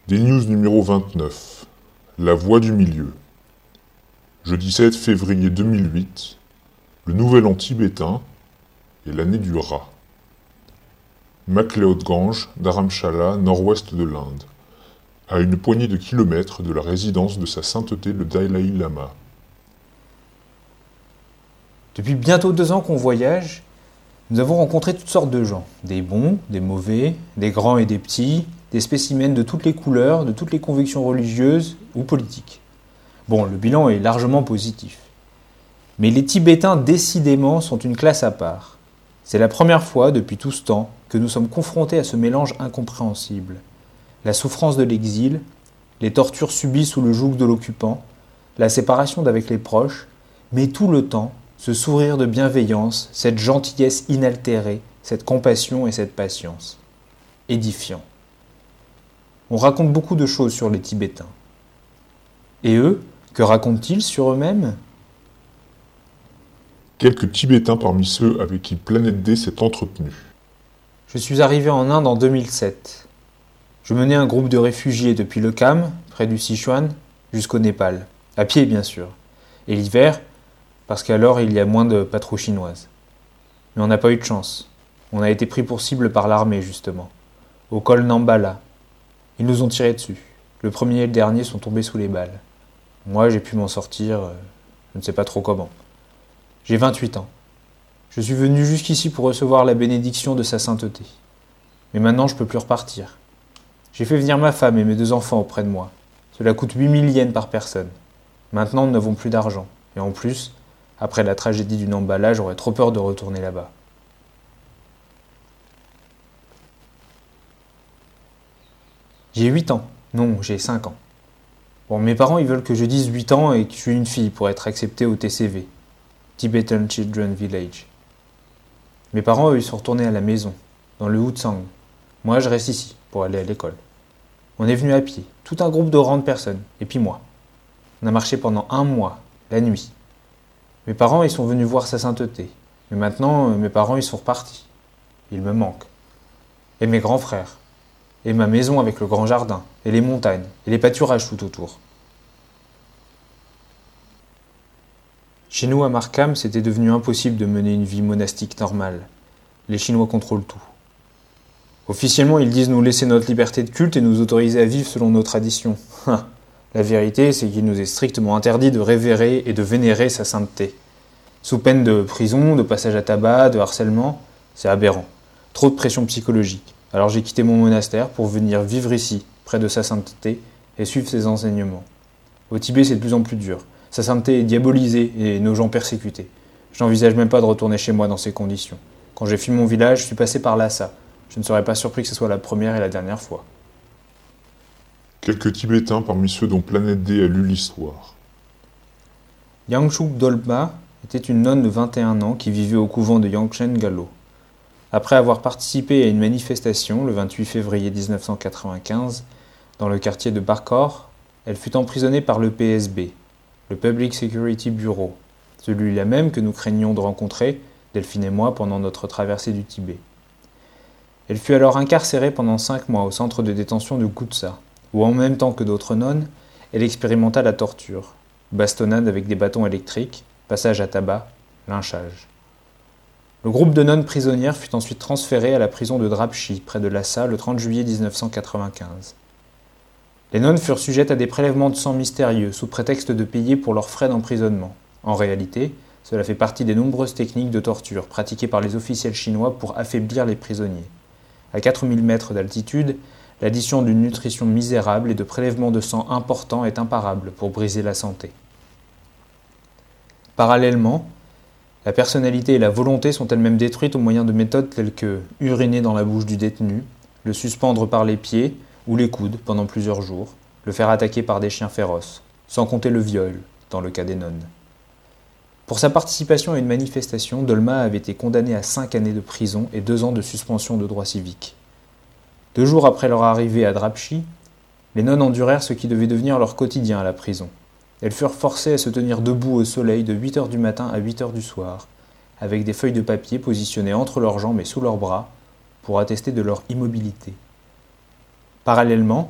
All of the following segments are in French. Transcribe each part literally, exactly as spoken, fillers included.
Des news numéro vingt-neuf. La voie du milieu. Jeudi sept février deux mille huit. Le nouvel an tibétain et l'année du rat. MacLeod Gange, Dharamshala, nord-ouest de l'Inde, à une poignée de kilomètres de la résidence de sa sainteté le Dalai Lama. Depuis bientôt deux ans qu'on voyage, nous avons rencontré toutes sortes de gens. Des bons, des mauvais, des grands et des petits, des spécimens de toutes les couleurs, de toutes les convictions religieuses ou politiques. Bon, le bilan est largement positif. Mais les Tibétains, décidément, sont une classe à part. C'est la première fois, depuis tout ce temps, que nous sommes confrontés à ce mélange incompréhensible. La souffrance de l'exil, les tortures subies sous le joug de l'occupant, la séparation d'avec les proches, mais tout le temps, ce sourire de bienveillance, cette gentillesse inaltérée, cette compassion et cette patience. Édifiant. On raconte beaucoup de choses sur les Tibétains. Et eux, que racontent-ils sur eux-mêmes ? Quelques Tibétains parmi ceux avec qui Planète D s'est entretenu. Je suis arrivé en Inde en deux mille sept. Je menais un groupe de réfugiés depuis le Kham, près du Sichuan, jusqu'au Népal. À pied, bien sûr. Et l'hiver, parce qu'alors il y a moins de patrouilles chinoises. Mais on n'a pas eu de chance. On a été pris pour cible par l'armée, justement. Au col Nambala. Ils nous ont tiré dessus. Le premier et le dernier sont tombés sous les balles. Moi, j'ai pu m'en sortir, euh, je ne sais pas trop comment. J'ai vingt-huit ans. Je suis venu jusqu'ici pour recevoir la bénédiction de sa sainteté. Mais maintenant, je ne peux plus repartir. J'ai fait venir ma femme et mes deux enfants auprès de moi. Cela coûte huit mille yens par personne. Maintenant, nous n'avons plus d'argent. Et en plus, après la tragédie du Nambala, j'aurais trop peur de retourner là-bas. J'ai huit ans. Non, j'ai cinq ans. Bon, mes parents, ils veulent que je dise huit ans et que je suis une fille pour être acceptée au T C V. Tibetan Children Village. Mes parents, eux, ils sont retournés à la maison, dans le Wutsang. Moi, je reste ici, pour aller à l'école. On est venu à pied, tout un groupe de grandes personnes, et puis moi. On a marché pendant un mois, la nuit. Mes parents, ils sont venus voir sa sainteté. Mais maintenant, mes parents, ils sont repartis. Ils me manquent. Et mes grands frères. Et ma maison avec le grand jardin, et les montagnes, et les pâturages tout autour. Chez nous, à Markham, c'était devenu impossible de mener une vie monastique normale. Les Chinois contrôlent tout. Officiellement, ils disent nous laisser notre liberté de culte et nous autoriser à vivre selon nos traditions. La vérité, c'est qu'il nous est strictement interdit de révérer et de vénérer sa sainteté. Sous peine de prison, de passage à tabac, de harcèlement, c'est aberrant. Trop de pression psychologique. Alors j'ai quitté mon monastère pour venir vivre ici, près de sa sainteté, et suivre ses enseignements. Au Tibet, c'est de plus en plus dur. Sa sainteté est diabolisée et nos gens persécutés. Je n'envisage même pas de retourner chez moi dans ces conditions. Quand j'ai fui mon village, je suis passé par Lhasa. Je ne serais pas surpris que ce soit la première et la dernière fois. Quelques Tibétains parmi ceux dont Planète D a lu l'histoire. Yangchuk Dolma était une nonne de vingt et un ans qui vivait au couvent de Yangchen Galo. Après avoir participé à une manifestation le vingt-huit février mille neuf cent quatre-vingt-quinze dans le quartier de Barkor, elle fut emprisonnée par le P S B, le Public Security Bureau, celui-là même que nous craignions de rencontrer, Delphine et moi, pendant notre traversée du Tibet. Elle fut alors incarcérée pendant cinq mois au centre de détention de Gutsa, où en même temps que d'autres nonnes, elle expérimenta la torture, bastonnade avec des bâtons électriques, passage à tabac, lynchage. Le groupe de nonnes prisonnières fut ensuite transféré à la prison de Drapchi, près de Lhasa, le trente juillet mille neuf cent quatre-vingt-quinze. Les nonnes furent sujettes à des prélèvements de sang mystérieux, sous prétexte de payer pour leurs frais d'emprisonnement. En réalité, cela fait partie des nombreuses techniques de torture pratiquées par les officiels chinois pour affaiblir les prisonniers. À quatre mille mètres d'altitude, l'addition d'une nutrition misérable et de prélèvements de sang importants est imparable pour briser la santé. Parallèlement, la personnalité et la volonté sont elles-mêmes détruites au moyen de méthodes telles que uriner dans la bouche du détenu, le suspendre par les pieds ou les coudes pendant plusieurs jours, le faire attaquer par des chiens féroces, sans compter le viol, dans le cas des nonnes. Pour sa participation à une manifestation, Dolma avait été condamné à cinq années de prison et deux ans de suspension de droits civiques. Deux jours après leur arrivée à Drapchi, les nonnes endurèrent ce qui devait devenir leur quotidien à la prison. Elles furent forcées à se tenir debout au soleil de huit heures du matin à huit heures du soir, avec des feuilles de papier positionnées entre leurs jambes et sous leurs bras, pour attester de leur immobilité. Parallèlement,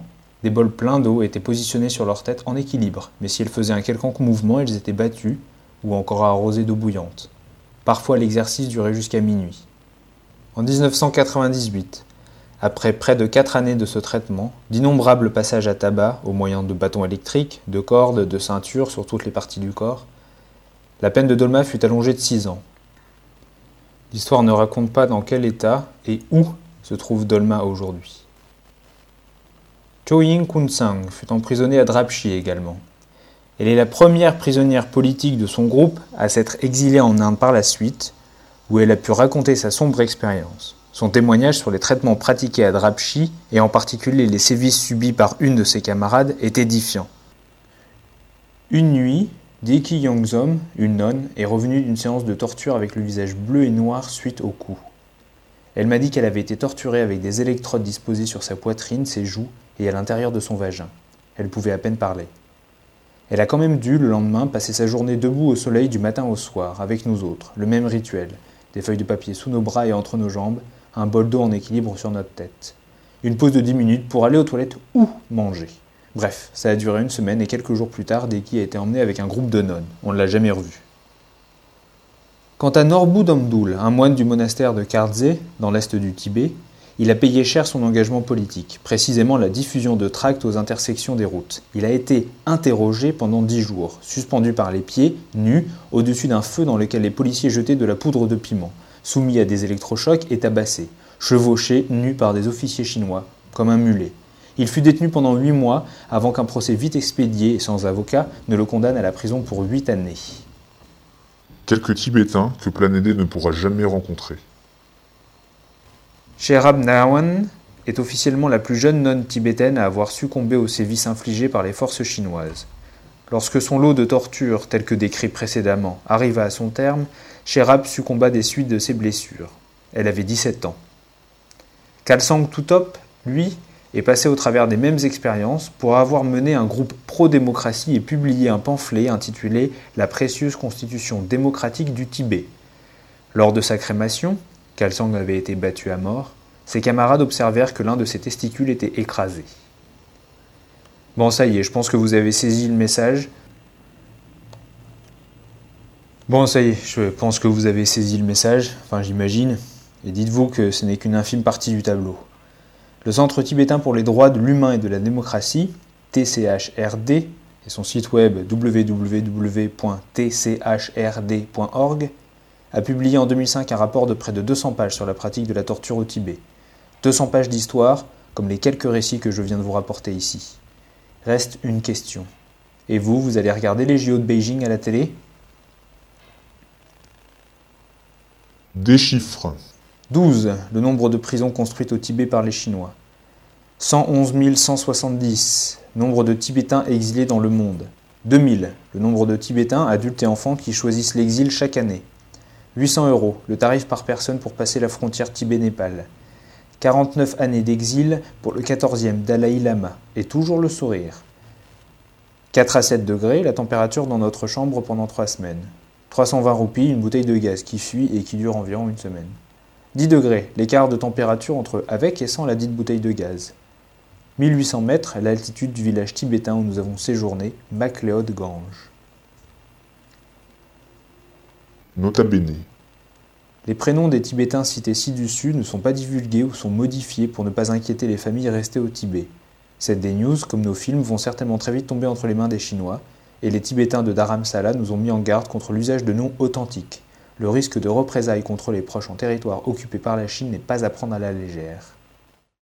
Des bols pleins d'eau étaient positionnés sur leur tête en équilibre, mais si elles faisaient un quelconque mouvement, elles étaient battues ou encore arrosées d'eau bouillante. Parfois, l'exercice durait jusqu'à minuit. En dix-neuf cent quatre-vingt-dix-huit, après près de quatre années de ce traitement, d'innombrables passages à tabac au moyen de bâtons électriques, de cordes, de ceintures sur toutes les parties du corps, la peine de Dolma fut allongée de six ans. L'histoire ne raconte pas dans quel état et où se trouve Dolma aujourd'hui. Cho Ying Kun-sang fut emprisonnée à Drapchi également. Elle est la première prisonnière politique de son groupe à s'être exilée en Inde par la suite, où elle a pu raconter sa sombre expérience. Son témoignage sur les traitements pratiqués à Drapchi, et en particulier les sévices subis par une de ses camarades, est édifiant. Une nuit, Deki Yongzom, une nonne, est revenue d'une séance de torture avec le visage bleu et noir suite au coup. Elle m'a dit qu'elle avait été torturée avec des électrodes disposées sur sa poitrine, ses joues et à l'intérieur de son vagin. Elle pouvait à peine parler. Elle a quand même dû, le lendemain, passer sa journée debout au soleil du matin au soir, avec nous autres, le même rituel, des feuilles de papier sous nos bras et entre nos jambes, un bol d'eau en équilibre sur notre tête. Une pause de dix minutes pour aller aux toilettes ou manger. Bref, ça a duré une semaine et quelques jours plus tard, Deki a été emmené avec un groupe de nonnes. On ne l'a jamais revu. Quant à Norbu Damdul, un moine du monastère de Kardze, dans l'est du Tibet, il a payé cher son engagement politique, précisément la diffusion de tracts aux intersections des routes. Il a été interrogé pendant dix jours, suspendu par les pieds, nu, au-dessus d'un feu dans lequel les policiers jetaient de la poudre de piment, soumis à des électrochocs et tabassé, chevauché, nu par des officiers chinois, comme un mulet. Il fut détenu pendant huit mois, avant qu'un procès vite expédié et sans avocat ne le condamne à la prison pour huit années. Quelques Tibétains que Planédé ne pourra jamais rencontrer. Sherab Nawan est officiellement la plus jeune nonne tibétaine à avoir succombé aux sévices infligés par les forces chinoises. Lorsque son lot de tortures, tel que décrit précédemment, arriva à son terme, Sherab succomba des suites de ses blessures. Elle avait dix-sept ans. Khalsang Tutop, lui, est passé au travers des mêmes expériences pour avoir mené un groupe pro-démocratie et publié un pamphlet intitulé « La précieuse constitution démocratique du Tibet ». Lors de sa crémation, Khalsang avait été battu à mort, ses camarades observèrent que l'un de ses testicules était écrasé. Bon, ça y est, je pense que vous avez saisi le message. Bon, ça y est, je pense que vous avez saisi le message, enfin j'imagine, et dites-vous que ce n'est qu'une infime partie du tableau. Le Centre tibétain pour les droits de l'humain et de la démocratie, T C H R D, et son site web w w w point t c h r d point org, a publié en deux mille cinq un rapport de près de deux cents pages sur la pratique de la torture au Tibet. deux cents pages d'histoire, comme les quelques récits que je viens de vous rapporter ici. Reste une question. Et vous, vous allez regarder les J O de Beijing à la télé ? Des chiffres. douze, le nombre de prisons construites au Tibet par les Chinois. cent onze mille cent soixante-dix, nombre de Tibétains exilés dans le monde. deux mille, le nombre de Tibétains, adultes et enfants, qui choisissent l'exil chaque année. huit cents euros, le tarif par personne pour passer la frontière Tibet-Népal. quarante-neuf années d'exil pour le quatorzième Dalai Lama, et toujours le sourire. quatre à sept degrés, la température dans notre chambre pendant trois semaines. trois cent vingt roupies, une bouteille de gaz qui fuit et qui dure environ une semaine. dix degrés, l'écart de température entre avec et sans la dite bouteille de gaz. mille huit cents mètres, l'altitude du village tibétain où nous avons séjourné, MacLeod Gange. Nota bene. Les prénoms des Tibétains cités ci-dessus ne sont pas divulgués ou sont modifiés pour ne pas inquiéter les familles restées au Tibet. Cette des news, comme nos films, vont certainement très vite tomber entre les mains des Chinois, et les Tibétains de Dharamsala nous ont mis en garde contre l'usage de noms authentiques. Le risque de représailles contre les proches en territoire occupé par la Chine n'est pas à prendre à la légère.